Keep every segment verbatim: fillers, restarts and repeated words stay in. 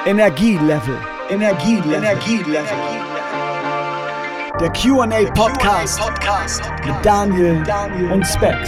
Energielevel. Energielevel. Energielevel. Der Q and A Podcast, Podcast mit Daniel, Daniel und Specs.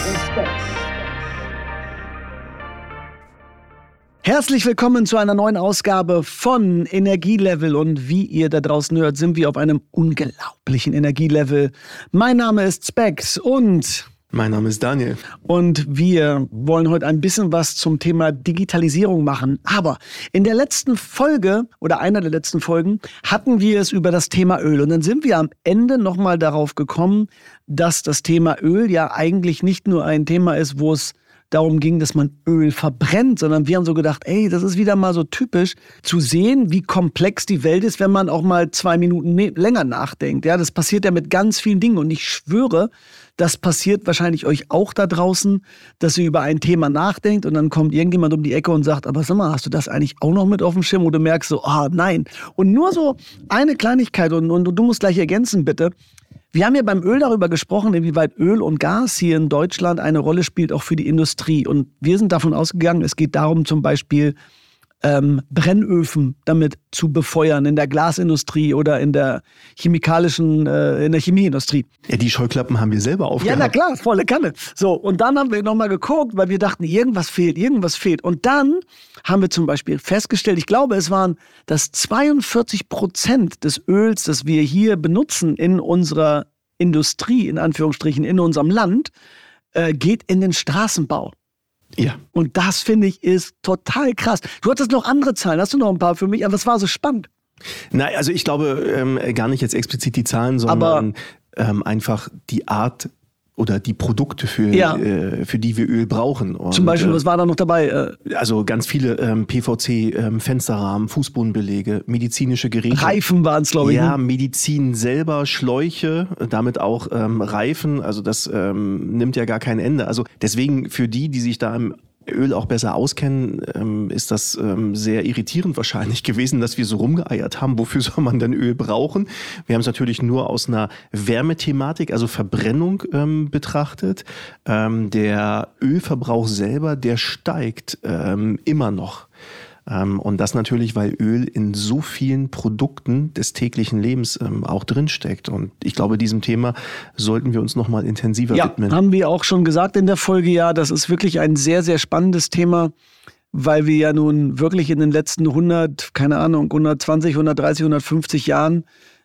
Herzlich willkommen zu einer neuen Ausgabe von Energielevel. Und wie ihr da draußen hört, sind wir auf einem unglaublichen Energielevel. Mein Name ist Specs und... Mein Name ist Daniel. Und wir wollen heute ein bisschen was zum Thema Digitalisierung machen. Aber in der letzten Folge oder einer der letzten Folgen hatten wir es über das Thema Öl. Und dann sind wir am Ende nochmal darauf gekommen, dass das Thema Öl ja eigentlich nicht nur ein Thema ist, wo es darum ging, dass man Öl verbrennt, sondern wir haben so gedacht, ey, das ist wieder mal so typisch, zu sehen, wie komplex die Welt ist, wenn man auch mal zwei Minuten ne- länger nachdenkt. Ja, das passiert ja mit ganz vielen Dingen. Und ich schwöre, das passiert wahrscheinlich euch auch da draußen, dass ihr über ein Thema nachdenkt und dann kommt irgendjemand um die Ecke und sagt, aber sag mal, hast du das eigentlich auch noch mit auf dem Schirm? Und du merkst so, ah, nein. Und nur so eine Kleinigkeit und, und du musst gleich ergänzen, bitte. Wir haben ja beim Öl darüber gesprochen, inwieweit Öl und Gas hier in Deutschland eine Rolle spielt, auch für die Industrie. Und wir sind davon ausgegangen, es geht darum, zum Beispiel ähm, Brennöfen damit zu befeuern in der Glasindustrie oder in der chemikalischen, äh, in der Chemieindustrie. Ja, die Scheuklappen haben wir selber aufgehabt. Ja, na klar, volle Kanne. So, und dann haben wir nochmal geguckt, weil wir dachten, irgendwas fehlt, irgendwas fehlt. Und dann haben wir zum Beispiel festgestellt, ich glaube, es waren, dass zweiundvierzig Prozent des Öls, das wir hier benutzen in unserer Industrie, in Anführungsstrichen, in unserem Land, äh, geht in den Straßenbau. Ja. Und das, finde ich, ist total krass. Du hattest noch andere Zahlen, hast du noch ein paar für mich? Aber es war so spannend. Nein, also ich glaube ähm, gar nicht jetzt explizit die Zahlen, sondern ähm, einfach die Art oder die Produkte, für, ja. äh, für die wir Öl brauchen. Und, zum Beispiel, äh, was war da noch dabei? Äh, also ganz viele ähm, P V C, ähm, Fensterrahmen, Fußbodenbeläge, medizinische Geräte. Reifen waren es, glaube ich. Ja, ne? Medizin selber, Schläuche, damit auch ähm, Reifen. Also das ähm, nimmt ja gar kein Ende. Also deswegen für die, die sich da im Öl auch besser auskennen, ähm, ist das ähm, sehr irritierend wahrscheinlich gewesen, dass wir so rumgeeiert haben. Wofür soll man denn Öl brauchen? Wir haben es natürlich nur aus einer Wärmethematik, also Verbrennung ähm, betrachtet. Ähm, der Ölverbrauch selber, der steigt ähm, immer noch. Ähm, und das natürlich, weil Öl in so vielen Produkten des täglichen Lebens ähm, auch drinsteckt. Und ich glaube, diesem Thema sollten wir uns noch mal intensiver ja, widmen. Haben wir auch schon gesagt in der Folge, ja, das ist wirklich ein sehr, sehr spannendes Thema, weil wir ja nun wirklich in den letzten hundert, keine Ahnung, hundertzwanzig, hundertdreißig, hundertfünfzig Jahren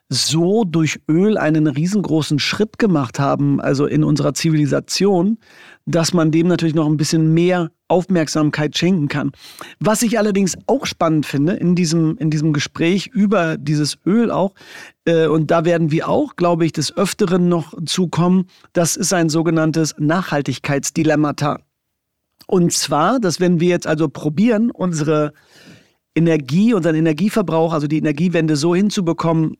so durch Öl einen riesengroßen Schritt gemacht haben, also in unserer Zivilisation, dass man dem natürlich noch ein bisschen mehr Aufmerksamkeit schenken kann. Was ich allerdings auch spannend finde in diesem, in diesem Gespräch über dieses Öl auch, äh, und da werden wir auch, glaube ich, des Öfteren noch zukommen, das ist ein sogenanntes Nachhaltigkeitsdilemmata. Und zwar, dass wenn wir jetzt also probieren, unsere Energie, unseren Energieverbrauch, also die Energiewende so hinzubekommen,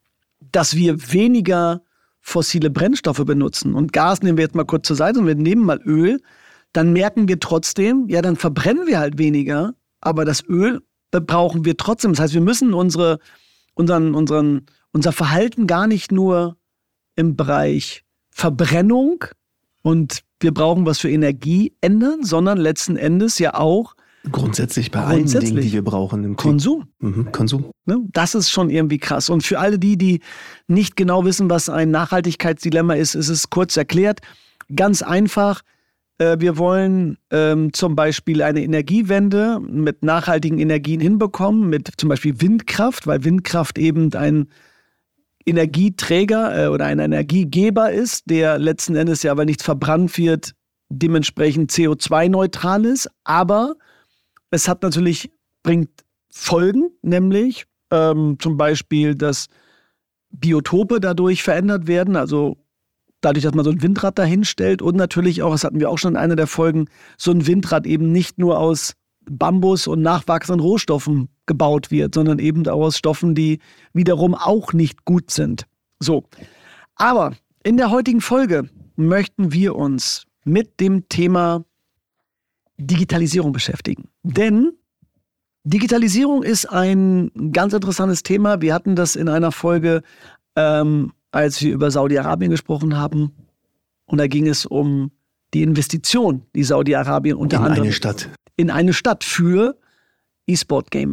dass wir weniger fossile Brennstoffe benutzen. Und Gas nehmen wir jetzt mal kurz zur Seite und wir nehmen mal Öl. Dann merken wir trotzdem, ja, dann verbrennen wir halt weniger, aber das Öl brauchen wir trotzdem. Das heißt, wir müssen unsere, unseren, unseren, unser Verhalten gar nicht nur im Bereich Verbrennung und wir brauchen was für Energie ändern, sondern letzten Endes ja auch Grundsätzlich bei Grundsätzlich. allen Dingen, die wir brauchen im Krieg. Konsum. Mhm, Konsum. Ne? Das ist schon irgendwie krass. Und für alle die, die nicht genau wissen, was ein Nachhaltigkeitsdilemma ist, ist es kurz erklärt. Ganz einfach. Äh, wir wollen ähm, zum Beispiel eine Energiewende mit nachhaltigen Energien hinbekommen, mit zum Beispiel Windkraft, weil Windkraft eben ein Energieträger äh, oder ein Energiegeber ist, der letzten Endes ja aber nicht verbrannt wird, dementsprechend C O zwei neutral ist. Aber es hat natürlich, bringt Folgen, nämlich ähm, zum Beispiel, dass Biotope dadurch verändert werden, also dadurch, dass man so ein Windrad dahin stellt und natürlich auch, das hatten wir auch schon in einer der Folgen, so ein Windrad eben nicht nur aus Bambus und nachwachsenden Rohstoffen gebaut wird, sondern eben auch aus Stoffen, die wiederum auch nicht gut sind. So, aber in der heutigen Folge möchten wir uns mit dem Thema Digitalisierung beschäftigen. Denn Digitalisierung ist ein ganz interessantes Thema. Wir hatten das in einer Folge, ähm, als wir über Saudi-Arabien gesprochen haben. Und da ging es um die Investition, die Saudi-Arabien unter in anderem eine Stadt. in eine Stadt für E-Sport-Gamer.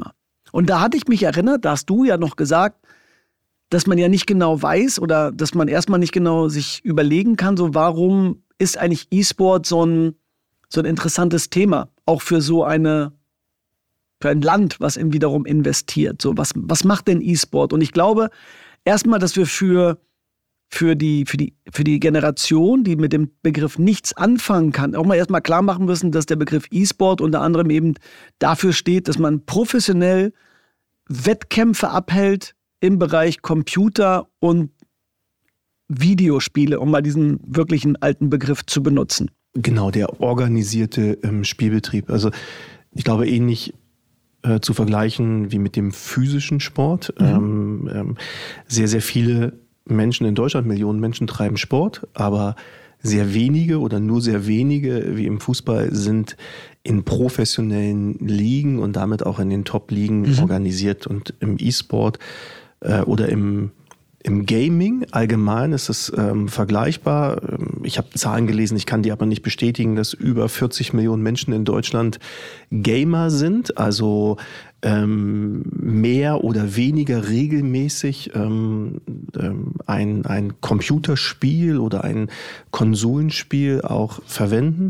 Und da hatte ich mich erinnert, da hast du ja noch gesagt, dass man ja nicht genau weiß oder dass man erstmal nicht genau sich überlegen kann, so warum ist eigentlich E-Sport so ein, so ein interessantes Thema, auch für so eine, für ein Land, was eben wiederum investiert. So, was, was macht denn E-Sport? Und ich glaube erstmal, dass wir für, für, die, für, die, für die Generation, die mit dem Begriff nichts anfangen kann, auch mal erstmal klar machen müssen, dass der Begriff E-Sport unter anderem eben dafür steht, dass man professionell Wettkämpfe abhält im Bereich Computer und Videospiele, um mal diesen wirklichen alten Begriff zu benutzen. Genau, der organisierte ähm, Spielbetrieb. Also ich glaube ähnlich äh, zu vergleichen wie mit dem physischen Sport. Mhm. Ähm, ähm, sehr, sehr viele Menschen in Deutschland, Millionen Menschen treiben Sport, aber sehr wenige oder nur sehr wenige, wie im Fußball, sind in professionellen Ligen und damit auch in den Top-Ligen mhm. organisiert. Und im E-Sport äh, oder im Im Gaming allgemein ist es ähm, vergleichbar. Ich habe Zahlen gelesen, ich kann die aber nicht bestätigen, dass über vierzig Millionen Menschen in Deutschland Gamer sind, also ähm, mehr oder weniger regelmäßig ähm, ähm, ein, ein Computerspiel oder ein Konsolenspiel auch verwenden.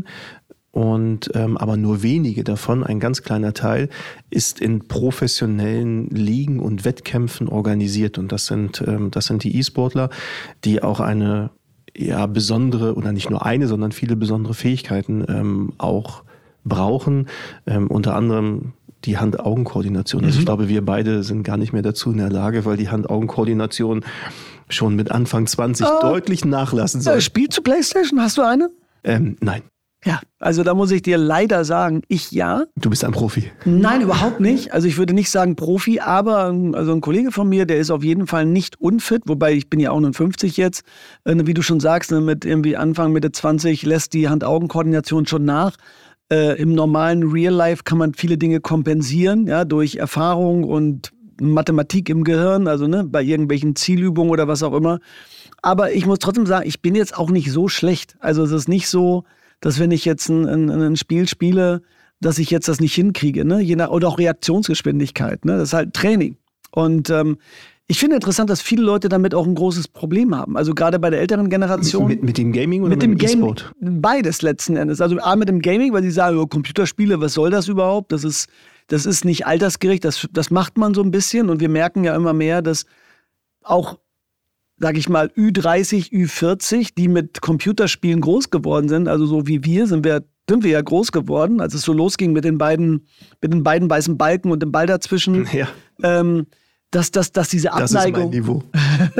Und ähm, aber nur wenige davon, ein ganz kleiner Teil, ist in professionellen Ligen und Wettkämpfen organisiert. Und das sind ähm, das sind die E-Sportler, die auch eine ja besondere oder nicht nur eine, sondern viele besondere Fähigkeiten ähm, auch brauchen. Ähm, unter anderem die Hand-Augen-Koordination. Also mhm. ich glaube, wir beide sind gar nicht mehr dazu in der Lage, weil die Hand-Augen-Koordination schon mit Anfang zwanzig uh, deutlich nachlassen soll. Äh, spielst du PlayStation? Hast du eine? Ähm, nein. Ja, also da muss ich dir leider sagen, ich ja. Du bist ein Profi. Nein, überhaupt nicht. Also ich würde nicht sagen Profi, aber also ein Kollege von mir, der ist auf jeden Fall nicht unfit, wobei ich bin ja auch neunundfünfzig jetzt. Wie du schon sagst, mit irgendwie Anfang, Mitte zwanzig lässt die Hand-Augen-Koordination schon nach. Äh, im normalen Real Life kann man viele Dinge kompensieren, ja, durch Erfahrung und Mathematik im Gehirn, also ne, bei irgendwelchen Zielübungen oder was auch immer. Aber ich muss trotzdem sagen, ich bin jetzt auch nicht so schlecht. Also es ist nicht so, dass wenn ich jetzt ein, ein, ein Spiel spiele, dass ich jetzt das nicht hinkriege, ne? Je nach, oder auch Reaktionsgeschwindigkeit, ne? Das ist halt Training. Und ähm, ich finde interessant, dass viele Leute damit auch ein großes Problem haben. Also gerade bei der älteren Generation. Mit, mit dem Gaming oder mit, mit dem E-Sport? Beides letzten Endes. Also A, mit dem Gaming, weil sie sagen, oh, Computerspiele, was soll das überhaupt? Das ist, das ist nicht altersgerecht, das, das macht man so ein bisschen. Und wir merken ja immer mehr, dass auch, sag ich mal, Ü dreißig, Ü vierzig, die mit Computerspielen groß geworden sind, also so wie wir, sind wir, sind wir ja groß geworden, als es so losging mit den beiden, mit den beiden weißen Balken und dem Ball dazwischen, ja. ähm, dass, dass, dass diese Abneigung, das ist mein Niveau.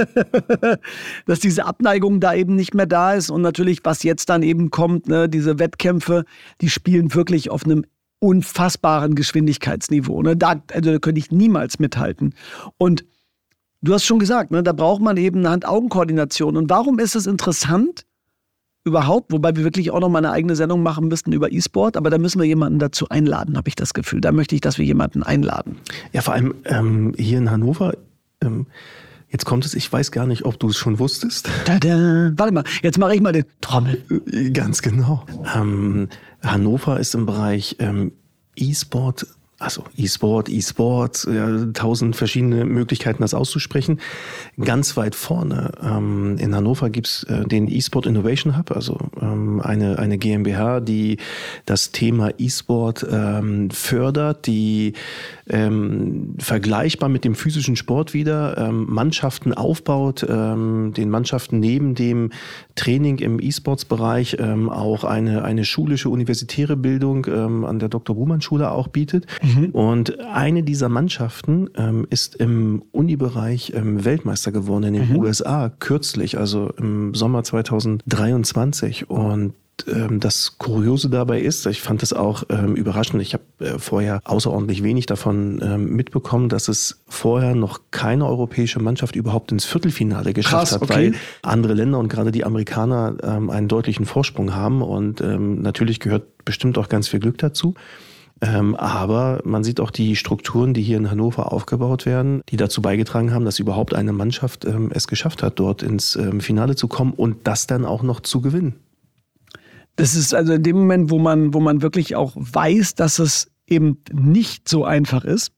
dass diese Abneigung da eben nicht mehr da ist und natürlich, was jetzt dann eben kommt, ne, diese Wettkämpfe, die spielen wirklich auf einem unfassbaren Geschwindigkeitsniveau, ne? Da, also da könnte ich niemals mithalten. Und du hast schon gesagt, ne, da braucht man eben eine Hand-Augen-Koordination. Und warum ist es interessant überhaupt, wobei wir wirklich auch noch mal eine eigene Sendung machen müssten über E-Sport, aber da müssen wir jemanden dazu einladen, habe ich das Gefühl. Da möchte ich, dass wir jemanden einladen. Ja, vor allem ähm, hier in Hannover, ähm, jetzt kommt es, ich weiß gar nicht, ob du es schon wusstest. Tada. Warte mal, jetzt mache ich mal den Trommel. Ganz genau. Ähm, Hannover ist im Bereich ähm, E-Sport, also E-Sport, E-Sport, ja, tausend verschiedene Möglichkeiten, das auszusprechen. Ganz weit vorne ähm, in Hannover gibt's äh, den E-Sport Innovation Hub, also ähm, eine, eine GmbH, die das Thema E-Sport ähm, fördert, die ähm, vergleichbar mit dem physischen Sport wieder ähm, Mannschaften aufbaut, ähm, den Mannschaften neben dem Training im E-Sports-Bereich ähm, auch eine, eine schulische, universitäre Bildung ähm, an der Doktor Buhmann-Schule auch bietet. Mhm. Und eine dieser Mannschaften ähm, ist im Uni-Bereich ähm, Weltmeister geworden in den mhm. U S A kürzlich, also im Sommer zweitausenddreiundzwanzig. Und ähm, das Kuriose dabei ist, ich fand das auch ähm, überraschend, ich habe äh, vorher außerordentlich wenig davon ähm, mitbekommen, dass es vorher noch keine europäische Mannschaft überhaupt ins Viertelfinale geschafft Krass, hat, okay. weil andere Länder und gerade die Amerikaner ähm, einen deutlichen Vorsprung haben und ähm, natürlich gehört bestimmt auch ganz viel Glück dazu. Ähm, aber man sieht auch die Strukturen, die hier in Hannover aufgebaut werden, die dazu beigetragen haben, dass überhaupt eine Mannschaft ähm, es geschafft hat, dort ins ähm, Finale zu kommen und das dann auch noch zu gewinnen. Das ist also in dem Moment, wo man, wo man wirklich auch weiß, dass es eben nicht so einfach ist.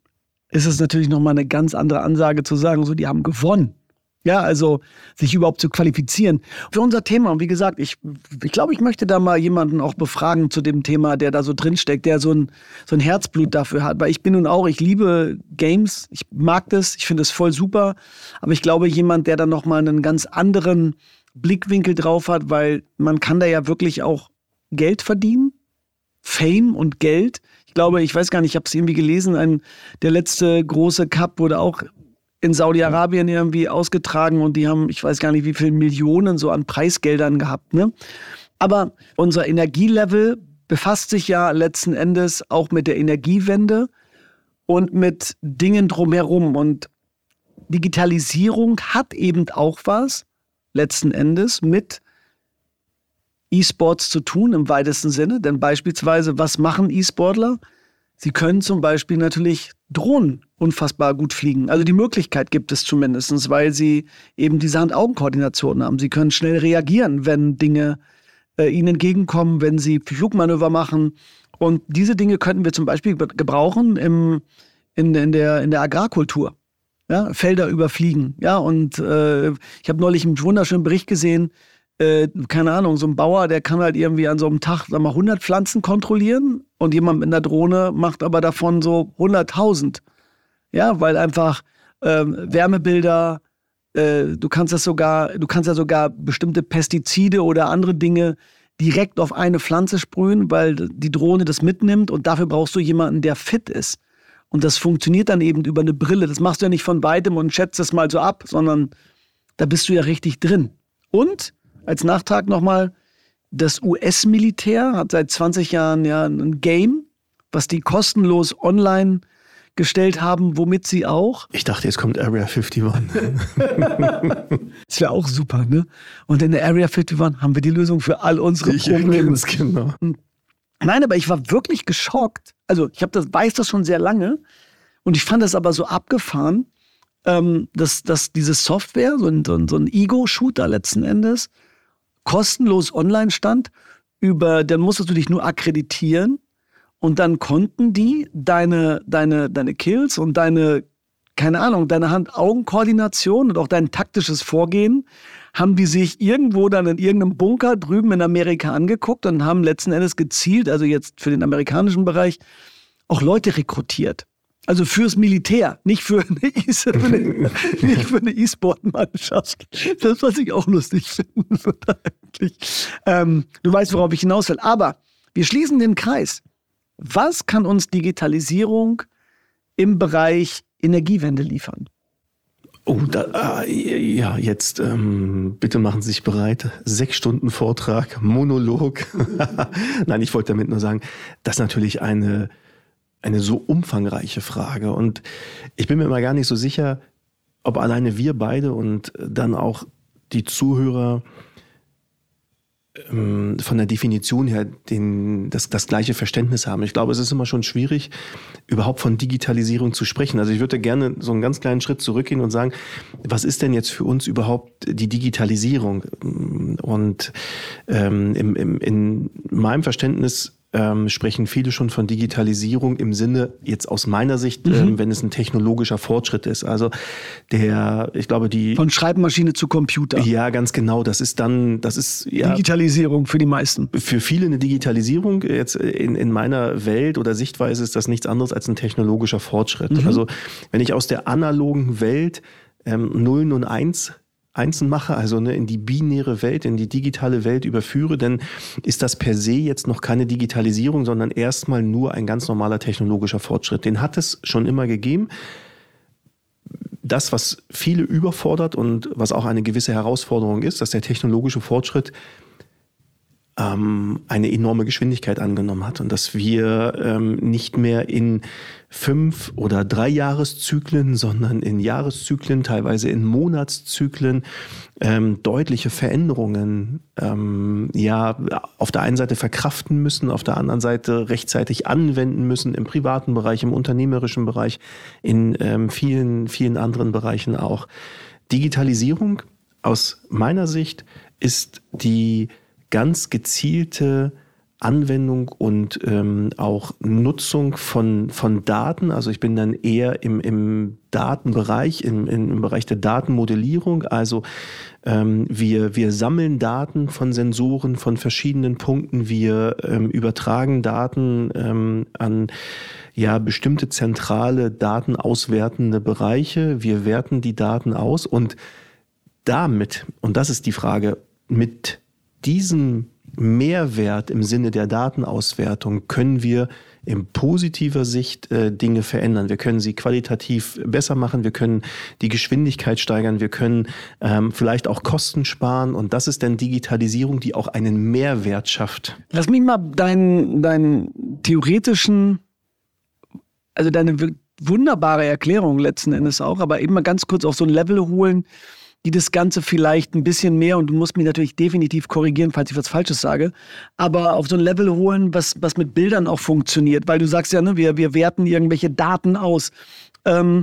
ist es natürlich nochmal eine ganz andere Ansage zu sagen, so, die haben gewonnen. Ja, also sich überhaupt zu qualifizieren. Für unser Thema, und wie gesagt, ich, ich glaube, ich möchte da mal jemanden auch befragen zu dem Thema, der da so drinsteckt, der so ein, so ein Herzblut dafür hat. Weil ich bin nun auch, ich liebe Games, ich mag das, ich finde es voll super. Aber ich glaube, jemand, der da nochmal einen ganz anderen Blickwinkel drauf hat, weil man kann da ja wirklich auch Geld verdienen. Fame und Geld. Ich glaube, ich weiß gar nicht, ich habe es irgendwie gelesen, ein, der letzte große Cup wurde auch in Saudi-Arabien irgendwie ausgetragen und die haben, ich weiß gar nicht, wie viele Millionen so an Preisgeldern gehabt. Ne? Aber unser Energielevel befasst sich ja letzten Endes auch mit der Energiewende und mit Dingen drumherum. Und Digitalisierung hat eben auch was, letzten Endes, mit E-Sports zu tun im weitesten Sinne. Denn beispielsweise, was machen E-Sportler? Sie können zum Beispiel natürlich Drohnen unfassbar gut fliegen. Also die Möglichkeit gibt es zumindest, weil sie eben diese Hand-Augen-Koordination haben. Sie können schnell reagieren, wenn Dinge äh, ihnen entgegenkommen, wenn sie Flugmanöver machen. Und diese Dinge könnten wir zum Beispiel gebrauchen im, in, in, der, in der Agrarkultur. Ja, Felder überfliegen. Ja, und äh, ich habe neulich einen wunderschönen Bericht gesehen, Äh, keine Ahnung, so ein Bauer, der kann halt irgendwie an so einem Tag, sag mal, hundert Pflanzen kontrollieren und jemand mit einer Drohne macht aber davon so hunderttausend. Ja, weil einfach äh, Wärmebilder, äh, du kannst das sogar, du kannst ja sogar bestimmte Pestizide oder andere Dinge direkt auf eine Pflanze sprühen, weil die Drohne das mitnimmt und dafür brauchst du jemanden, der fit ist. Und das funktioniert dann eben über eine Brille. Das machst du ja nicht von weitem und schätzt es mal so ab, sondern da bist du ja richtig drin. Und als Nachtrag nochmal, das U S-Militär hat seit zwanzig Jahren ja ein Game, was die kostenlos online gestellt haben, womit sie auch... Ich dachte, jetzt kommt Area einundfünfzig. Das wäre auch super, ne? Und in der Area einundfünfzig haben wir die Lösung für all unsere ich Probleme. Das genau. Nein, aber ich war wirklich geschockt. Also ich hab das, weiß das schon sehr lange und ich fand das aber so abgefahren, ähm, dass, dass diese Software, so ein, so ein, so ein Ego-Shooter letzten Endes, kostenlos online stand, über, dann musstest du dich nur akkreditieren und dann konnten die deine, deine, deine Kills und deine, keine Ahnung, deine Hand-Augen-Koordination und auch dein taktisches Vorgehen, haben die sich irgendwo dann in irgendeinem Bunker drüben in Amerika angeguckt und haben letzten Endes gezielt, also jetzt für den amerikanischen Bereich, auch Leute rekrutiert. Also fürs Militär, nicht für eine E-Sport-Mannschaft. Das, was ich auch lustig finden würde eigentlich. Ähm, du weißt, worauf ich hinaus will. Aber wir schließen den Kreis. Was kann uns Digitalisierung im Bereich Energiewende liefern? Oh, da, äh, ja, jetzt ähm, bitte machen Sie sich bereit. Sechs Stunden Vortrag, Monolog. Nein, ich wollte damit nur sagen, dass natürlich eine Eine so umfangreiche Frage. Und ich bin mir immer gar nicht so sicher, ob alleine wir beide und dann auch die Zuhörer ähm, von der Definition her den, das, das gleiche Verständnis haben. Ich glaube, es ist immer schon schwierig, überhaupt von Digitalisierung zu sprechen. Also ich würde gerne so einen ganz kleinen Schritt zurückgehen und sagen, was ist denn jetzt für uns überhaupt die Digitalisierung? Und ähm, im, im, in meinem Verständnis Ähm, sprechen viele schon von Digitalisierung im Sinne, jetzt aus meiner Sicht, mhm. ähm, wenn es ein technologischer Fortschritt ist. Also der, ich glaube, die... Von Schreibmaschine zu Computer. Ja, ganz genau. Das ist dann, das ist... Ja, Digitalisierung für die meisten. Für viele eine Digitalisierung. Jetzt in, in meiner Welt oder Sichtweise ist das nichts anderes als ein technologischer Fortschritt. Mhm. Also wenn ich aus der analogen Welt ähm, Nullen und Eins Einsen mache, also ne, in die binäre Welt, in die digitale Welt überführe, dann ist das per se jetzt noch keine Digitalisierung, sondern erstmal nur ein ganz normaler technologischer Fortschritt. Den hat es schon immer gegeben. Das, was viele überfordert und was auch eine gewisse Herausforderung ist, dass der technologische Fortschritt ähm, eine enorme Geschwindigkeit angenommen hat und dass wir ähm, nicht mehr in fünf- oder drei Jahreszyklen, sondern in Jahreszyklen, teilweise in Monatszyklen ähm, deutliche Veränderungen ähm, ja auf der einen Seite verkraften müssen, auf der anderen Seite rechtzeitig anwenden müssen, im privaten Bereich, im unternehmerischen Bereich, in ähm, vielen, vielen anderen Bereichen auch. Digitalisierung aus meiner Sicht ist die ganz gezielte Anwendung und ähm, auch Nutzung von, von Daten. Also ich bin dann eher im, im Datenbereich, im, im Bereich der Datenmodellierung. Also ähm, wir, wir sammeln Daten von Sensoren von verschiedenen Punkten. Wir ähm, übertragen Daten ähm, an ja, bestimmte zentrale datenauswertende Bereiche. Wir werten die Daten aus und damit, und das ist die Frage, mit diesem Mehrwert im Sinne der Datenauswertung können wir in positiver Sicht äh, Dinge verändern. Wir können sie qualitativ besser machen, wir können die Geschwindigkeit steigern, wir können ähm, vielleicht auch Kosten sparen und das ist dann Digitalisierung, die auch einen Mehrwert schafft. Lass mich mal deinen, deinen theoretischen, also deine wunderbare Erklärung letzten Endes auch, aber eben mal ganz kurz auf so ein Level holen, die das Ganze vielleicht ein bisschen mehr, und du musst mich natürlich definitiv korrigieren, falls ich was Falsches sage, aber auf so ein Level holen, was, was mit Bildern auch funktioniert, weil du sagst ja, ne, wir, wir werten irgendwelche Daten aus. Ähm,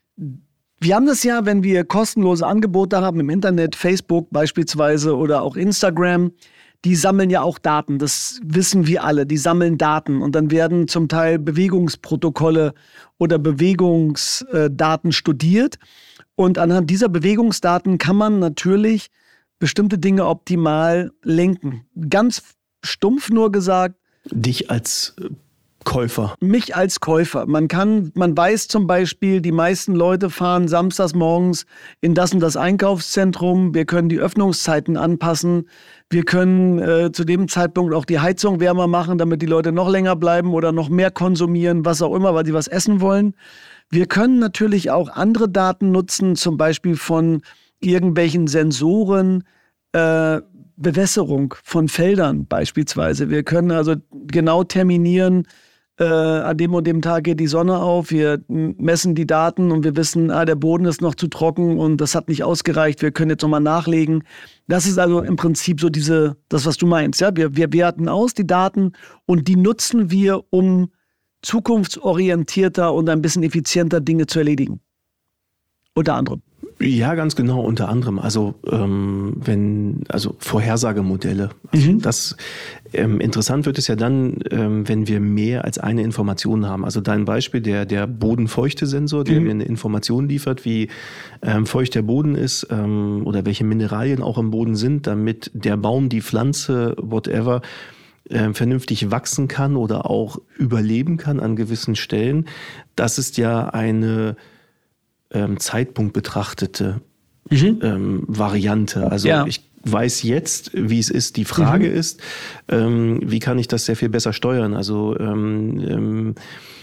wir haben das ja, wenn wir kostenlose Angebote haben im Internet, Facebook beispielsweise oder auch Instagram, die sammeln ja auch Daten, das wissen wir alle, die sammeln Daten und dann werden zum Teil Bewegungsprotokolle oder Bewegungsdaten studiert. Und anhand dieser Bewegungsdaten kann man natürlich bestimmte Dinge optimal lenken. Ganz stumpf nur gesagt. Dich als Käufer. Mich als Käufer. Man kann, man weiß zum Beispiel, die meisten Leute fahren samstags morgens in das und das Einkaufszentrum. Wir können die Öffnungszeiten anpassen. Wir können äh, zu dem Zeitpunkt auch die Heizung wärmer machen, damit die Leute noch länger bleiben oder noch mehr konsumieren, was auch immer, weil sie was essen wollen. Wir können natürlich auch andere Daten nutzen, zum Beispiel von irgendwelchen Sensoren, äh, Bewässerung von Feldern beispielsweise. Wir können also genau terminieren, äh, an dem und dem Tag geht die Sonne auf, wir messen die Daten und wir wissen, ah, der Boden ist noch zu trocken und das hat nicht ausgereicht, wir können jetzt nochmal nachlegen. Das ist also im Prinzip so diese, das, was du meinst. Ja? Wir, wir werten aus die Daten und die nutzen wir, um zukunftsorientierter und ein bisschen effizienter Dinge zu erledigen. Unter anderem. Ja, ganz genau, unter anderem. Also ähm, wenn, also Vorhersagemodelle. Also mhm. das ähm, interessant wird es ja dann, ähm, wenn wir mehr als eine Information haben. Also dein Beispiel, der, der Bodenfeuchte-Sensor, der mhm. mir eine Information liefert, wie ähm, feucht der Boden ist ähm, oder welche Mineralien auch im Boden sind, damit der Baum, die Pflanze, whatever, äh, vernünftig wachsen kann oder auch überleben kann an gewissen Stellen. Das ist ja eine ähm, Zeitpunkt betrachtete mhm. ähm, Variante. Also ja. ich weiß jetzt, wie es ist. Die Frage mhm. ist, ähm, wie kann ich das sehr viel besser steuern? Also ähm, ähm,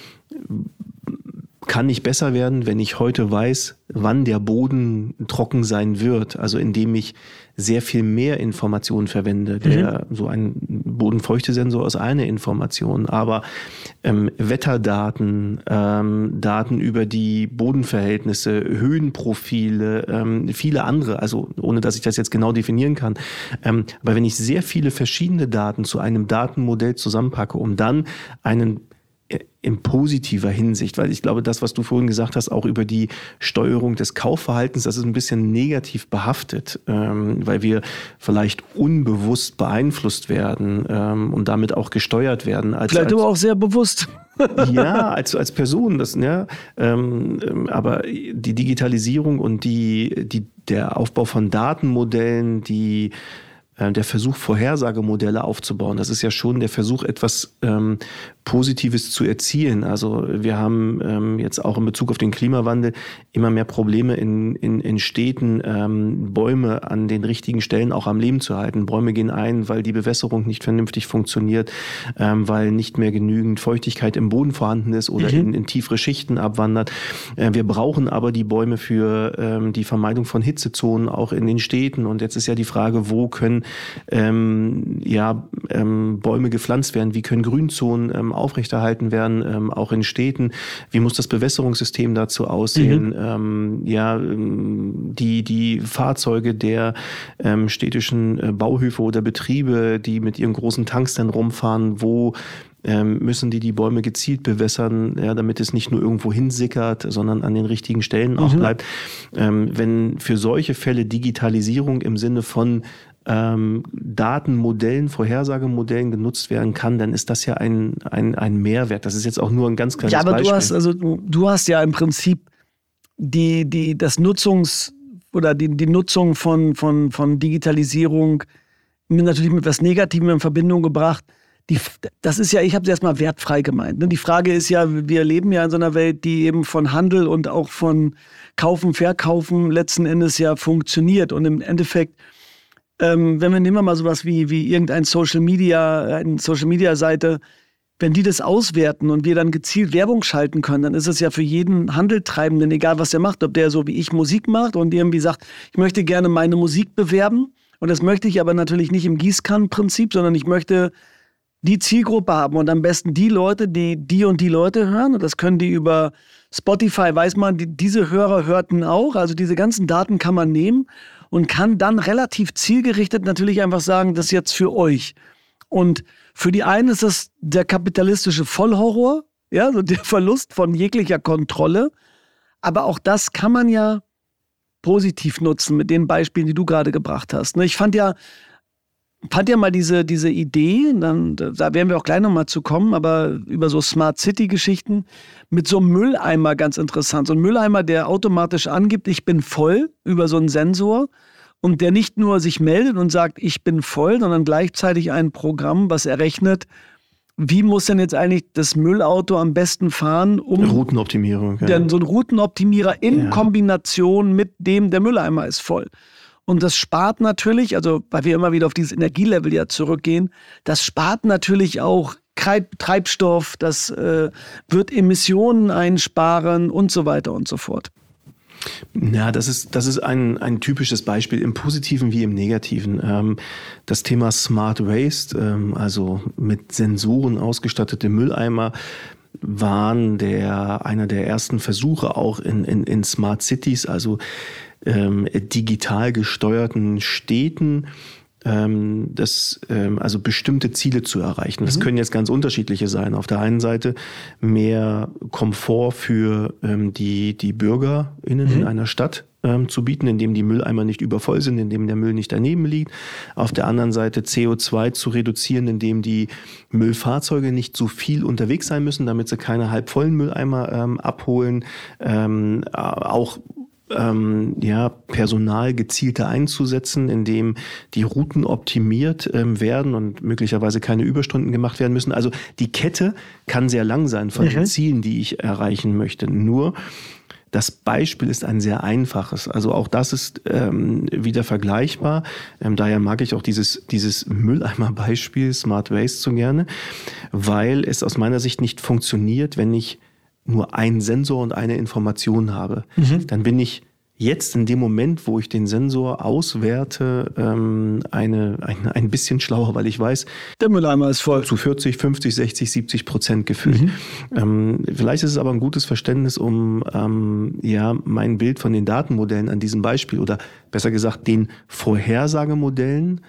kann ich besser werden, wenn ich heute weiß, wann der Boden trocken sein wird? Also indem ich sehr viel mehr Informationen verwende. Der, mhm. so ein Bodenfeuchtesensor ist eine Information, aber ähm, Wetterdaten, ähm, Daten über die Bodenverhältnisse, Höhenprofile, ähm, viele andere, also ohne dass ich das jetzt genau definieren kann. Ähm, aber wenn ich sehr viele verschiedene Daten zu einem Datenmodell zusammenpacke, um dann einen in positiver Hinsicht, weil ich glaube, das, was du vorhin gesagt hast, auch über die Steuerung des Kaufverhaltens, das ist ein bisschen negativ behaftet, ähm, weil wir vielleicht unbewusst beeinflusst werden ähm, und damit auch gesteuert werden. Als, vielleicht als, aber auch sehr bewusst. Ja, als, als Person, das, ja, ähm, aber die Digitalisierung und die, die, der Aufbau von Datenmodellen, die der Versuch, Vorhersagemodelle aufzubauen, das ist ja schon der Versuch, etwas ähm, Positives zu erzielen. Also wir haben ähm, jetzt auch in Bezug auf den Klimawandel immer mehr Probleme in, in, in Städten, ähm, Bäume an den richtigen Stellen auch am Leben zu halten. Bäume gehen ein, weil die Bewässerung nicht vernünftig funktioniert, ähm, weil nicht mehr genügend Feuchtigkeit im Boden vorhanden ist oder mhm. in, in tiefere Schichten abwandert. Äh, wir brauchen aber die Bäume für ähm, die Vermeidung von Hitzezonen auch in den Städten. Und jetzt ist ja die Frage, wo können Ähm, ja, ähm, Bäume gepflanzt werden, wie können Grünzonen ähm, aufrechterhalten werden, ähm, auch in Städten, wie muss das Bewässerungssystem dazu aussehen, mhm. ähm, ja, die, die Fahrzeuge der ähm, städtischen äh, Bauhöfe oder Betriebe, die mit ihren großen Tanks dann rumfahren, wo Ähm, müssen die die Bäume gezielt bewässern, ja, damit es nicht nur irgendwo hinsickert, sondern an den richtigen Stellen auch mhm. bleibt. Ähm, wenn für solche Fälle Digitalisierung im Sinne von ähm, Datenmodellen, Vorhersagemodellen genutzt werden kann, dann ist das ja ein, ein, ein Mehrwert. Das ist jetzt auch nur ein ganz kleines Beispiel. Ja, aber Beispiel. du hast also du, du hast ja im Prinzip die, die, das Nutzungs- oder die, die Nutzung von, von, von Digitalisierung natürlich mit etwas Negativem in Verbindung gebracht. Die, das ist ja, ich habe es erstmal wertfrei gemeint. Ne? Die Frage ist ja, wir leben ja in so einer Welt, die eben von Handel und auch von Kaufen, Verkaufen letzten Endes ja funktioniert. Und im Endeffekt, ähm, wenn wir nehmen wir mal sowas wie, wie irgendein Social Media, eine Social Media Seite, wenn die das auswerten und wir dann gezielt Werbung schalten können, dann ist es ja für jeden Handeltreibenden, egal was der macht, ob der so wie ich Musik macht und irgendwie sagt, ich möchte gerne meine Musik bewerben. Und das möchte ich aber natürlich nicht im Gießkannenprinzip, sondern ich möchte die Zielgruppe haben und am besten die Leute, die die und die Leute hören. Und das können die über Spotify, weiß man, die, diese Hörer hörten auch. Also diese ganzen Daten kann man nehmen und kann dann relativ zielgerichtet natürlich einfach sagen, das ist jetzt für euch. Und für die einen ist das der kapitalistische Vollhorror, ja, so der Verlust von jeglicher Kontrolle. Aber auch das kann man ja positiv nutzen mit den Beispielen, die du gerade gebracht hast. Ich fand ja, fand ja mal diese, diese Idee, dann, da werden wir auch gleich nochmal zu kommen, aber über so Smart City-Geschichten mit so einem Mülleimer ganz interessant. So ein Mülleimer, der automatisch angibt, ich bin voll über so einen Sensor und der nicht nur sich meldet und sagt, ich bin voll, sondern gleichzeitig ein Programm, was errechnet, wie muss denn jetzt eigentlich das Müllauto am besten fahren, um Routenoptimierung, ja. Denn so ein Routenoptimierer in ja. Kombination mit dem, der Mülleimer ist voll. Und das spart natürlich, also weil wir immer wieder auf dieses Energielevel ja zurückgehen, das spart natürlich auch Treibstoff, das äh, wird Emissionen einsparen und so weiter und so fort. Ja, das ist, das ist ein, ein typisches Beispiel im Positiven wie im Negativen. Ähm, das Thema Smart Waste, ähm, also mit Sensoren ausgestattete Mülleimer, waren der, einer der ersten Versuche auch in, in, in Smart Cities, also ähm, digital gesteuerten Städten, ähm, das, ähm, also bestimmte Ziele zu erreichen. Das mhm. können jetzt ganz unterschiedliche sein. Auf der einen Seite mehr Komfort für ähm, die, die BürgerInnen mhm. in einer Stadt ähm, zu bieten, indem die Mülleimer nicht übervoll sind, indem der Müll nicht daneben liegt. Auf der anderen Seite C O zwei zu reduzieren, indem die Müllfahrzeuge nicht so viel unterwegs sein müssen, damit sie keine halbvollen Mülleimer ähm, abholen. Ähm, auch Ähm, ja, Personal gezielter einzusetzen, indem die Routen optimiert ähm, werden und möglicherweise keine Überstunden gemacht werden müssen. Also die Kette kann sehr lang sein von mhm. den Zielen, die ich erreichen möchte. Nur das Beispiel ist ein sehr einfaches. Also auch das ist ähm, wieder vergleichbar. Ähm, daher mag ich auch dieses, dieses Mülleimer-Beispiel Smart Waste so gerne, weil es aus meiner Sicht nicht funktioniert, wenn ich nur einen Sensor und eine Information habe. Mhm. Dann bin ich jetzt in dem Moment, wo ich den Sensor auswerte, ähm, eine, eine, ein bisschen schlauer, weil ich weiß, der Mülleimer ist voll. Zu vierzig, fünfzig, sechzig, siebzig Prozent gefüllt. Mhm. Ähm, vielleicht ist es aber ein gutes Verständnis, um ähm, ja mein Bild von den Datenmodellen an diesem Beispiel oder besser gesagt den Vorhersagemodellen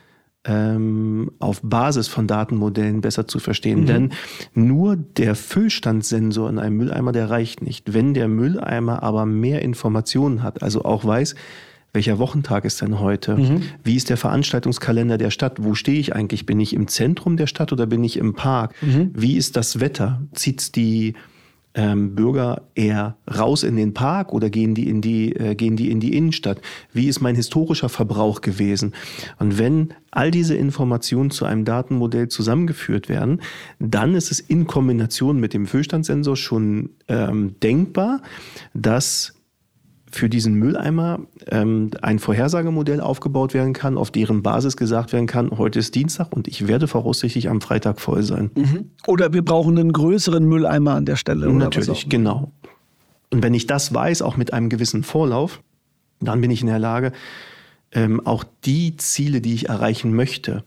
Ähm, auf Basis von Datenmodellen besser zu verstehen. Mhm. Denn nur der Füllstandssensor in einem Mülleimer, der reicht nicht. Wenn der Mülleimer aber mehr Informationen hat, also auch weiß, welcher Wochentag ist denn heute? Mhm. Wie ist der Veranstaltungskalender der Stadt? Wo stehe ich eigentlich? Bin ich im Zentrum der Stadt oder bin ich im Park? Mhm. Wie ist das Wetter? Zieht's die Ähm, Bürger eher raus in den Park oder gehen die in die äh, gehen die in die Innenstadt? Wie ist mein historischer Verbrauch gewesen? Und wenn all diese Informationen zu einem Datenmodell zusammengeführt werden, dann ist es in Kombination mit dem Füllstandssensor schon ähm, denkbar, dass für diesen Mülleimer ähm, ein Vorhersagemodell aufgebaut werden kann, auf deren Basis gesagt werden kann, heute ist Dienstag und ich werde voraussichtlich am Freitag voll sein. Mhm. Oder wir brauchen einen größeren Mülleimer an der Stelle. Oder Natürlich, genau. Und wenn ich das weiß, auch mit einem gewissen Vorlauf, dann bin ich in der Lage, ähm, auch die Ziele, die ich erreichen möchte,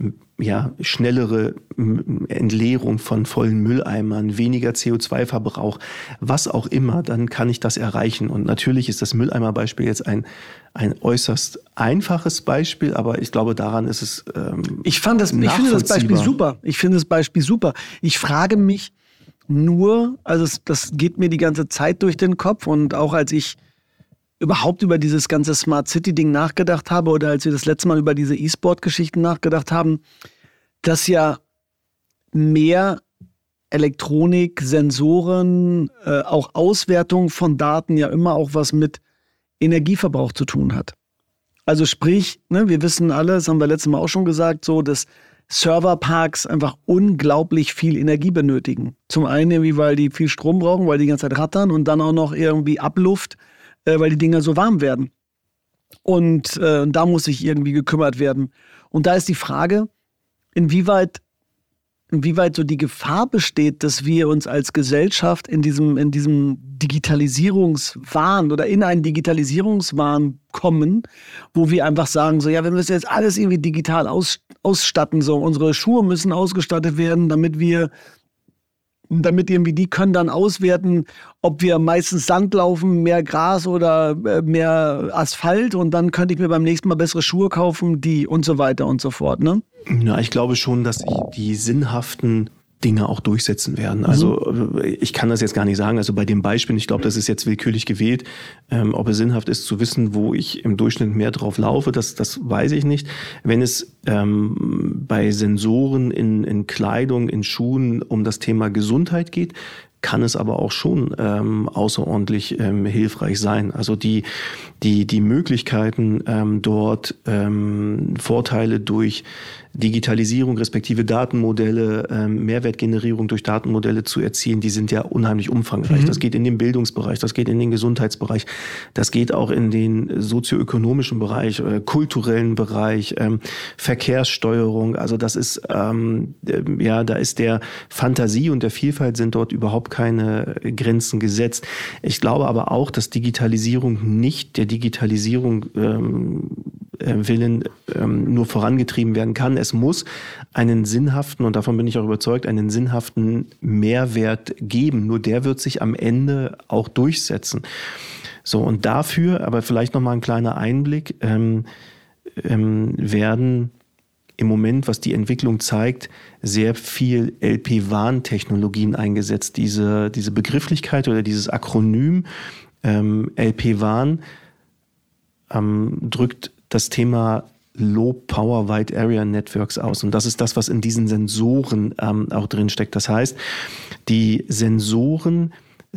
ja, schnellere Entleerung von vollen Mülleimern, weniger C O zwei Verbrauch, was auch immer, dann kann ich das erreichen. Und natürlich ist das Mülleimer-Beispiel jetzt ein, ein äußerst einfaches Beispiel, aber ich glaube, daran ist es ähm, ich fand das, ich finde das Beispiel super. Ich finde das Beispiel super. Ich frage mich nur, also das geht mir die ganze Zeit durch den Kopf und auch als ich überhaupt über dieses ganze Smart City-Ding nachgedacht habe oder als wir das letzte Mal über diese E-Sport-Geschichten nachgedacht haben, dass ja mehr Elektronik, Sensoren, äh, auch Auswertung von Daten ja immer auch was mit Energieverbrauch zu tun hat. Also sprich, ne, wir wissen alle, das haben wir letztes Mal auch schon gesagt, so, dass Serverparks einfach unglaublich viel Energie benötigen. Zum einen irgendwie, weil die viel Strom brauchen, weil die die ganze Zeit rattern und dann auch noch irgendwie Abluft, äh, weil die Dinger so warm werden. Und äh, da muss sich irgendwie gekümmert werden. Und da ist die Frage, inwieweit inwieweit so die Gefahr besteht, dass wir uns als Gesellschaft in diesem, in diesem Digitalisierungswahn oder in einen Digitalisierungswahn kommen, wo wir einfach sagen, so ja, wir müssen jetzt alles irgendwie digital aus, ausstatten, so unsere Schuhe müssen ausgestattet werden, damit wir damit irgendwie die können dann auswerten, ob wir meistens Sand laufen, mehr Gras oder mehr Asphalt und dann könnte ich mir beim nächsten Mal bessere Schuhe kaufen, die und so weiter und so fort, ne? Ja, ich glaube schon, dass sich die sinnhaften Dinge auch durchsetzen werden. Also ich kann das jetzt gar nicht sagen. Also bei dem Beispiel, ich glaube, das ist jetzt willkürlich gewählt. Ähm, ob es sinnhaft ist zu wissen, wo ich im Durchschnitt mehr drauf laufe, das, das weiß ich nicht. Wenn es ähm, bei Sensoren in, in Kleidung, in Schuhen um das Thema Gesundheit geht, kann es aber auch schon ähm, außerordentlich ähm, hilfreich sein. Also die, die, die Möglichkeiten, ähm, dort ähm, Vorteile durch Digitalisierung respektive Datenmodelle, ähm, Mehrwertgenerierung durch Datenmodelle zu erzielen, die sind ja unheimlich umfangreich. Mhm. Das geht in den Bildungsbereich, das geht in den Gesundheitsbereich, das geht auch in den sozioökonomischen Bereich, äh, kulturellen Bereich, ähm, Verkehrssteuerung. Also das ist, ähm, äh, ja, da ist der Fantasie und der Vielfalt sind dort überhaupt keine Grenzen gesetzt. Ich glaube aber auch, dass Digitalisierung nicht der Digitalisierung ähm, Willen ähm, nur vorangetrieben werden kann. Es muss einen sinnhaften, und davon bin ich auch überzeugt, einen sinnhaften Mehrwert geben. Nur der wird sich am Ende auch durchsetzen. So, und dafür, aber vielleicht nochmal ein kleiner Einblick, ähm, ähm, werden im Moment, was die Entwicklung zeigt, sehr viel L P WAN-Technologien eingesetzt. Diese, diese Begrifflichkeit oder dieses Akronym ähm, L P WAN ähm, drückt das Thema Low Power Wide Area Networks aus. Und das ist das, was in diesen Sensoren ähm, auch drin steckt. Das heißt, die Sensoren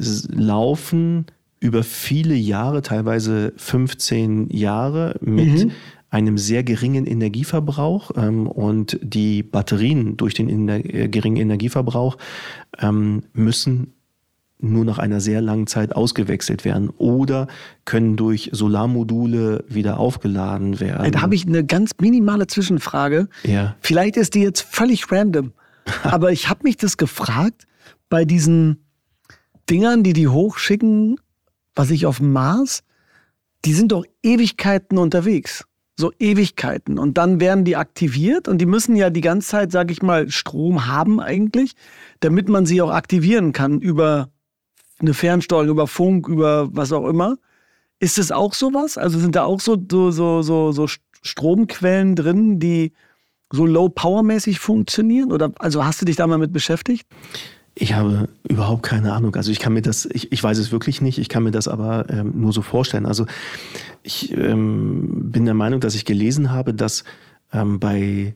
laufen über viele Jahre, teilweise fünfzehn Jahre mit mhm. einem sehr geringen Energieverbrauch. Ähm, und die Batterien durch den ener- geringen Energieverbrauch ähm, müssen nur nach einer sehr langen Zeit ausgewechselt werden oder können durch Solarmodule wieder aufgeladen werden. Da habe ich eine ganz minimale Zwischenfrage. Ja. Vielleicht ist die jetzt völlig random, aber ich habe mich das gefragt bei diesen Dingern, die die hochschicken, was ich auf dem Mars, die sind doch Ewigkeiten unterwegs. So Ewigkeiten. Und dann werden die aktiviert und die müssen ja die ganze Zeit, sage ich mal, Strom haben eigentlich, damit man sie auch aktivieren kann über eine Fernsteuerung, über Funk, über was auch immer. Ist es auch sowas? Also sind da auch so, so, so, so, so Stromquellen drin, die so low-power-mäßig funktionieren? Oder also hast du dich da mal mit beschäftigt? Ich habe überhaupt keine Ahnung. Also ich kann mir das, ich, ich weiß es wirklich nicht, ich kann mir das aber ähm, nur so vorstellen. Also ich ähm, bin der Meinung, dass ich gelesen habe, dass ähm, bei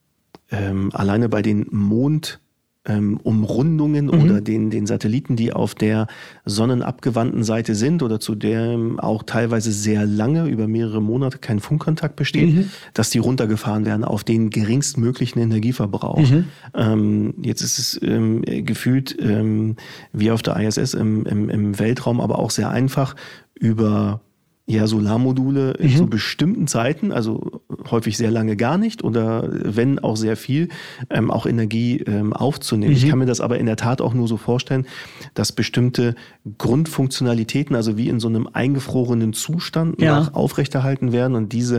ähm, alleine bei den Mond Ähm, Umrundungen mhm. oder den, den Satelliten, die auf der sonnenabgewandten Seite sind oder zu dem auch teilweise sehr lange, über mehrere Monate kein Funkkontakt besteht, mhm. dass die runtergefahren werden auf den geringstmöglichen Energieverbrauch. Mhm. Ähm, jetzt ist es ähm, gefühlt ähm, wie auf der I S S im, im, im Weltraum, aber auch sehr einfach über ja, Solarmodule mhm. zu bestimmten Zeiten, also häufig sehr lange gar nicht oder wenn auch sehr viel, ähm, auch Energie ähm, aufzunehmen. Mhm. Ich kann mir das aber in der Tat auch nur so vorstellen, dass bestimmte Grundfunktionalitäten, also wie in so einem eingefrorenen Zustand ja. nach aufrechterhalten werden und diese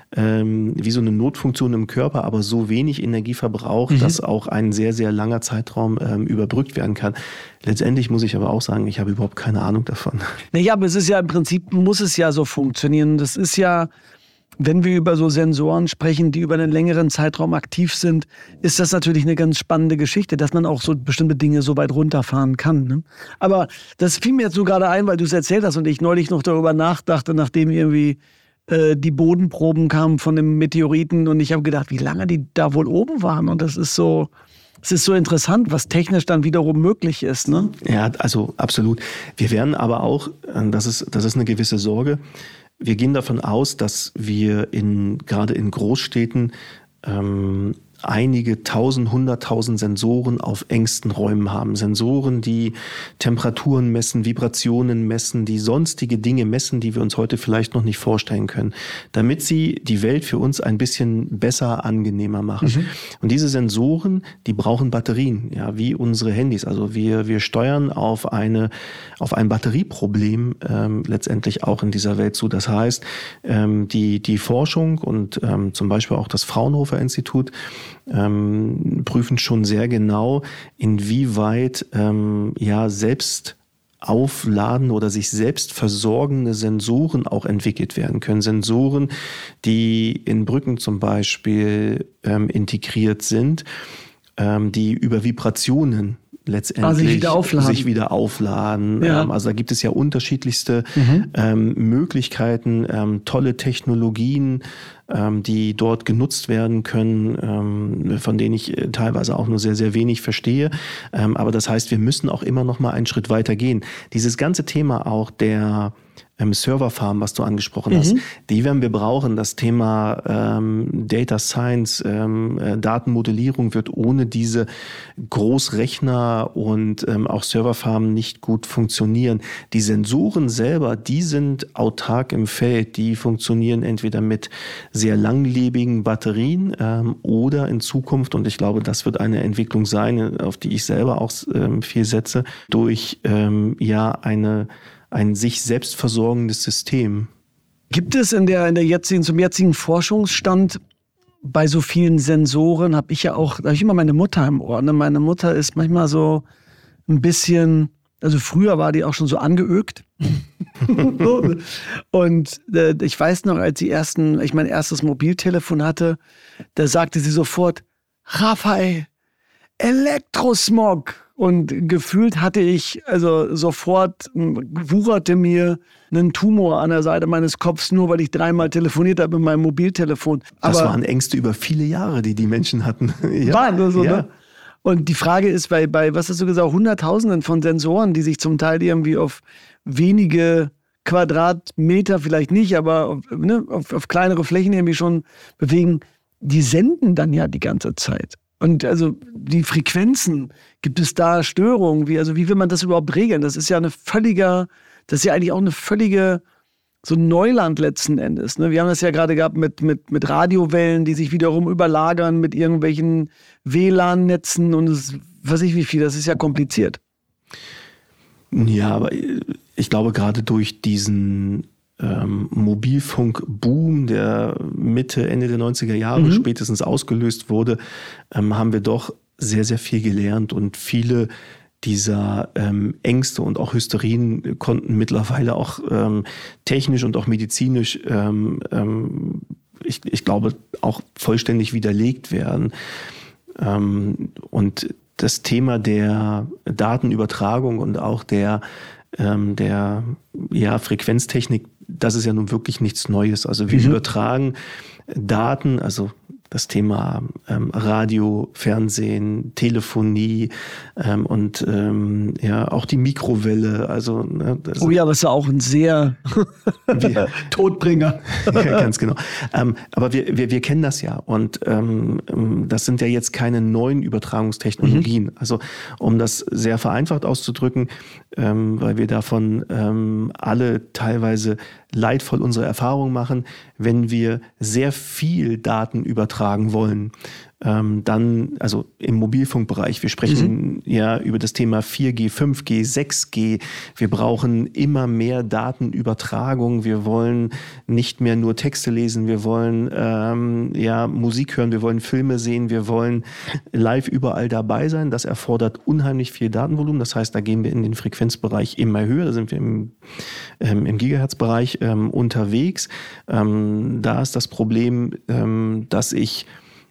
ähm, wie so eine Notfunktion im Körper, aber so wenig Energie verbraucht, mhm. dass auch ein sehr, sehr langer Zeitraum ähm, überbrückt werden kann. Letztendlich muss ich aber auch sagen, ich habe überhaupt keine Ahnung davon. Naja, aber es ist ja im Prinzip, muss es ja so funktionieren. Das ist ja, wenn wir über so Sensoren sprechen, die über einen längeren Zeitraum aktiv sind, ist das natürlich eine ganz spannende Geschichte, dass man auch so bestimmte Dinge so weit runterfahren kann. Ne? Aber das fiel mir jetzt so gerade ein, weil du es erzählt hast und ich neulich noch darüber nachdachte, nachdem irgendwie äh, die Bodenproben kamen von dem Meteoriten und ich habe gedacht, wie lange die da wohl oben waren. Und das ist so, es ist so interessant, was technisch dann wiederum möglich ist. Ne? Ja, also absolut. Wir werden aber auch, das ist, das ist eine gewisse Sorge, wir gehen davon aus, dass wir in, gerade in Großstädten ähm, einige tausend, hunderttausend Sensoren auf engsten Räumen haben. Sensoren, die Temperaturen messen, Vibrationen messen, die sonstige Dinge messen, die wir uns heute vielleicht noch nicht vorstellen können, damit sie die Welt für uns ein bisschen besser, angenehmer machen. Mhm. Und diese Sensoren, die brauchen Batterien, ja, wie unsere Handys. Also wir, wir steuern auf eine, auf ein Batterieproblem ähm, letztendlich auch in dieser Welt zu. Das heißt, ähm, die, die Forschung und ähm, zum Beispiel auch das Fraunhofer Institut Ähm, prüfen schon sehr genau, inwieweit ähm, ja selbst aufladen oder sich selbst versorgende Sensoren auch entwickelt werden können. Sensoren, die in Brücken zum Beispiel ähm, integriert sind, ähm, die über Vibrationen letztendlich ah, sich wieder aufladen. Sich wieder aufladen. Ja. Ähm, also da gibt es ja unterschiedlichste mhm. ähm, Möglichkeiten, ähm, tolle Technologien, ähm, die dort genutzt werden können, ähm, von denen ich äh, teilweise auch nur sehr, sehr wenig verstehe. Ähm, aber das heißt, wir müssen auch immer noch mal einen Schritt weiter gehen. Dieses ganze Thema auch der ähm, Serverfarm, was du angesprochen mhm. hast, die werden wir brauchen. Das Thema ähm, Data Science, ähm, äh, Datenmodellierung wird ohne diese Großrechner und ähm, auch Serverfarmen nicht gut funktionieren. Die Sensoren selber, die sind autark im Feld, die funktionieren entweder mit sehr langlebigen Batterien ähm, oder in Zukunft, und ich glaube, das wird eine Entwicklung sein, auf die ich selber auch ähm, viel setze, durch ähm, ja eine ein sich selbst versorgendes System. Gibt es in der, in der jetzigen, zum jetzigen Forschungsstand bei so vielen Sensoren, habe ich ja auch, da habe ich immer meine Mutter im Ohr. Ne? Meine Mutter ist manchmal so ein bisschen, also früher war die auch schon so angeögt. Und äh, ich weiß noch, als sie ersten, ich mein erstes Mobiltelefon hatte, da sagte sie sofort, Raphael, Elektrosmog. Und gefühlt hatte ich, also sofort wucherte mir einen Tumor an der Seite meines Kopfs, nur weil ich dreimal telefoniert habe mit meinem Mobiltelefon. Das Aber waren Ängste über viele Jahre, die die Menschen hatten. Ja. Waren das so, ja. ne? Und die Frage ist, bei, bei, was hast du gesagt, Hunderttausenden von Sensoren, die sich zum Teil irgendwie auf wenige Quadratmeter, vielleicht nicht, aber auf, ne, auf, auf kleinere Flächen irgendwie schon bewegen, die senden dann ja die ganze Zeit. Und also die Frequenzen, gibt es da Störungen? Wie, also wie will man das überhaupt regeln? Das ist ja eine völlige, das ist ja eigentlich auch eine völlige, so Neuland letzten Endes. Ne? Wir haben das ja gerade gehabt mit, mit, mit Radiowellen, die sich wiederum überlagern mit irgendwelchen W L A N-Netzen und das, weiß ich wie viel, das ist ja kompliziert. Ja, aber ich glaube gerade durch diesen Ähm, Mobilfunk-Boom, der Mitte, Ende der neunziger Jahre mhm. spätestens ausgelöst wurde, ähm, haben wir doch sehr, sehr viel gelernt und viele dieser ähm, Ängste und auch Hysterien konnten mittlerweile auch ähm, technisch und auch medizinisch, ähm, ähm, ich, ich glaube, auch vollständig widerlegt werden. Ähm, und das Thema der Datenübertragung und auch der ähm, der ja, Frequenztechnik, das ist ja nun wirklich nichts Neues. Also wir mhm. übertragen Daten, also das Thema ähm, Radio, Fernsehen, Telefonie ähm, und ähm, ja auch die Mikrowelle. Also ne, das oh ja, das ist ja auch ein sehr wir, Todbringer. Ja, ganz genau. Ähm, aber wir, wir, wir kennen das ja und ähm, das sind ja jetzt keine neuen Übertragungstechnologien. Mhm. Also um das sehr vereinfacht auszudrücken, ähm, weil wir davon ähm, alle teilweise leidvoll unsere Erfahrungen machen, wenn wir sehr viel Daten übertragen wollen, Ähm, dann, also im Mobilfunkbereich, wir sprechen mhm. ja über das Thema vier G, fünf G, sechs G. Wir brauchen immer mehr Datenübertragung. Wir wollen nicht mehr nur Texte lesen, wir wollen ähm, ja Musik hören, wir wollen Filme sehen, wir wollen live überall dabei sein. Das erfordert unheimlich viel Datenvolumen. Das heißt, da gehen wir in den Frequenzbereich immer höher. Da sind wir im, ähm, im Gigahertz-Bereich ähm, unterwegs. Ähm, da ist das Problem, ähm, dass ich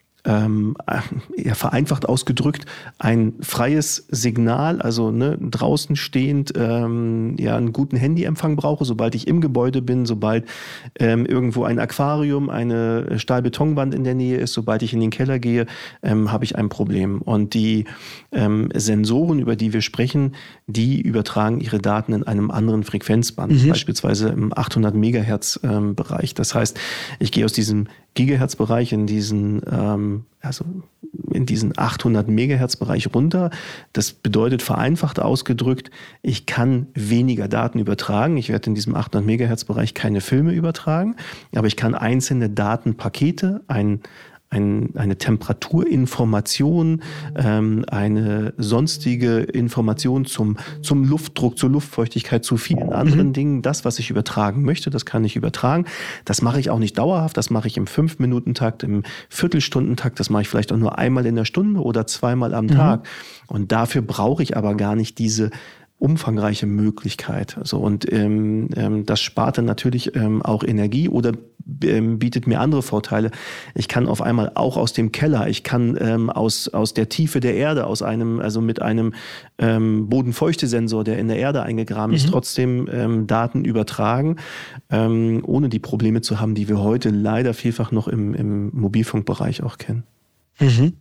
Ähm, ja, vereinfacht ausgedrückt, ein freies Signal, also ne, draußen stehend ähm, ja, einen guten Handyempfang brauche, sobald ich im Gebäude bin, sobald ähm, irgendwo ein Aquarium, eine Stahlbetonwand in der Nähe ist, sobald ich in den Keller gehe, ähm, habe ich ein Problem. Und die ähm, Sensoren, über die wir sprechen, die übertragen ihre Daten in einem anderen Frequenzband, mhm. beispielsweise im achthundert Megahertz ähm, Bereich. Das heißt, ich gehe aus diesem Gigahertz-Bereich in diesen, ähm, also in diesen achthundert Megahertz-Bereich runter. Das bedeutet vereinfacht ausgedrückt, ich kann weniger Daten übertragen. Ich werde in diesem achthundert Megahertz-Bereich keine Filme übertragen, aber ich kann einzelne Datenpakete, ein Ein, eine Temperaturinformation, ähm, eine sonstige Information zum, zum Luftdruck, zur Luftfeuchtigkeit, zu vielen anderen mhm. Dingen. Das, was ich übertragen möchte, das kann ich übertragen. Das mache ich auch nicht dauerhaft. Das mache ich im Fünf-Minuten-Takt, im Viertelstundentakt. Das mache ich vielleicht auch nur einmal in der Stunde oder zweimal am mhm. Tag. Und dafür brauche ich aber gar nicht diese umfangreiche Möglichkeit. Also und ähm, ähm, das spart dann natürlich ähm, auch Energie oder ähm, bietet mir andere Vorteile. Ich kann auf einmal auch aus dem Keller, ich kann ähm, aus aus der Tiefe der Erde, aus einem also mit einem ähm, Bodenfeuchtesensor, der in der Erde eingegraben mhm. ist, trotzdem ähm, Daten übertragen, ähm, ohne die Probleme zu haben, die wir heute leider vielfach noch im, im Mobilfunkbereich auch kennen. Mhm.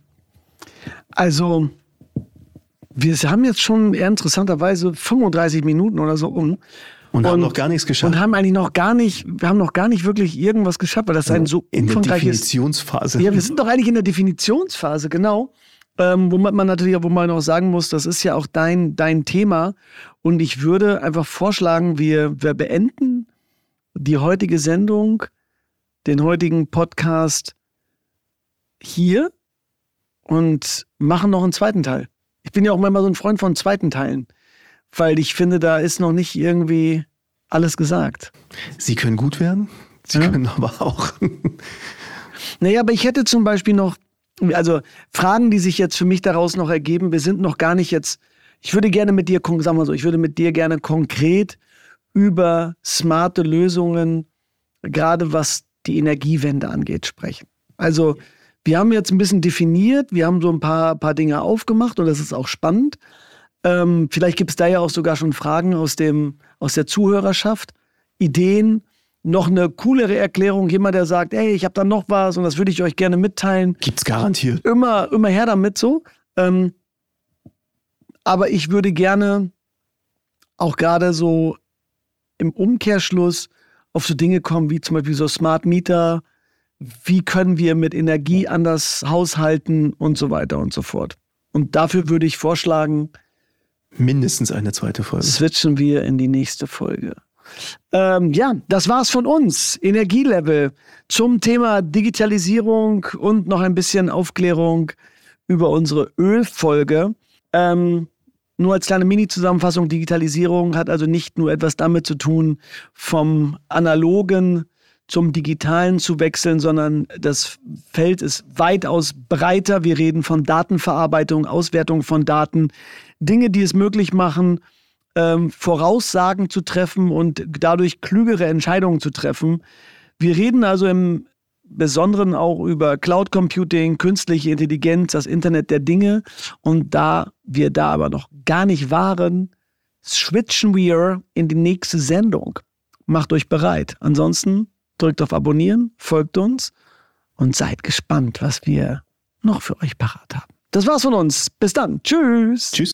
Also wir haben jetzt schon eher interessanterweise fünfunddreißig Minuten oder so um. Und, und haben noch gar nichts geschafft. Und haben eigentlich noch gar nicht, wir haben noch gar nicht wirklich irgendwas geschafft, weil das ein so in umfangreiches... In der Definitionsphase. Ja, wir sind doch eigentlich in der Definitionsphase, genau. Ähm, wo man natürlich, wo man auch sagen muss, das ist ja auch dein, dein Thema. Und ich würde einfach vorschlagen, wir, wir beenden die heutige Sendung, den heutigen Podcast hier und machen noch einen zweiten Teil. Ich bin ja auch manchmal so ein Freund von zweiten Teilen, weil ich finde, da ist noch nicht irgendwie alles gesagt. Sie können gut werden, sie ja. können aber auch... Naja, aber ich hätte zum Beispiel noch, also Fragen, die sich jetzt für mich daraus noch ergeben, wir sind noch gar nicht jetzt, ich würde gerne mit dir, sagen wir so, ich würde mit dir gerne konkret über smarte Lösungen, gerade was die Energiewende angeht, sprechen. Also wir haben jetzt ein bisschen definiert, wir haben so ein paar, paar Dinge aufgemacht und das ist auch spannend. Ähm, vielleicht gibt es da ja auch sogar schon Fragen aus, dem, aus der Zuhörerschaft, Ideen, noch eine coolere Erklärung, jemand, der sagt, hey, ich habe da noch was und das würde ich euch gerne mitteilen. Gibt's garantiert. Immer, immer her damit so. Ähm, aber ich würde gerne auch gerade so im Umkehrschluss auf so Dinge kommen, wie zum Beispiel so Smart Meter, wie können wir mit Energie anders haushalten und so weiter und so fort. Und dafür würde ich vorschlagen, mindestens eine zweite Folge. Switchen wir in die nächste Folge. Ähm, ja, das war's von uns. Energielevel zum Thema Digitalisierung und noch ein bisschen Aufklärung über unsere Ölfolge. Ähm, nur als kleine Mini-Zusammenfassung, Digitalisierung hat also nicht nur etwas damit zu tun, vom analogen zum Digitalen zu wechseln, sondern das Feld ist weitaus breiter. Wir reden von Datenverarbeitung, Auswertung von Daten, Dinge, die es möglich machen, ähm, Voraussagen zu treffen und dadurch klügere Entscheidungen zu treffen. Wir reden also im Besonderen auch über Cloud Computing, künstliche Intelligenz, das Internet der Dinge. Und da wir da aber noch gar nicht waren, switchen wir in die nächste Sendung. Macht euch bereit. Ansonsten drückt auf Abonnieren, folgt uns und seid gespannt, was wir noch für euch parat haben. Das war's von uns. Bis dann. Tschüss. Tschüss.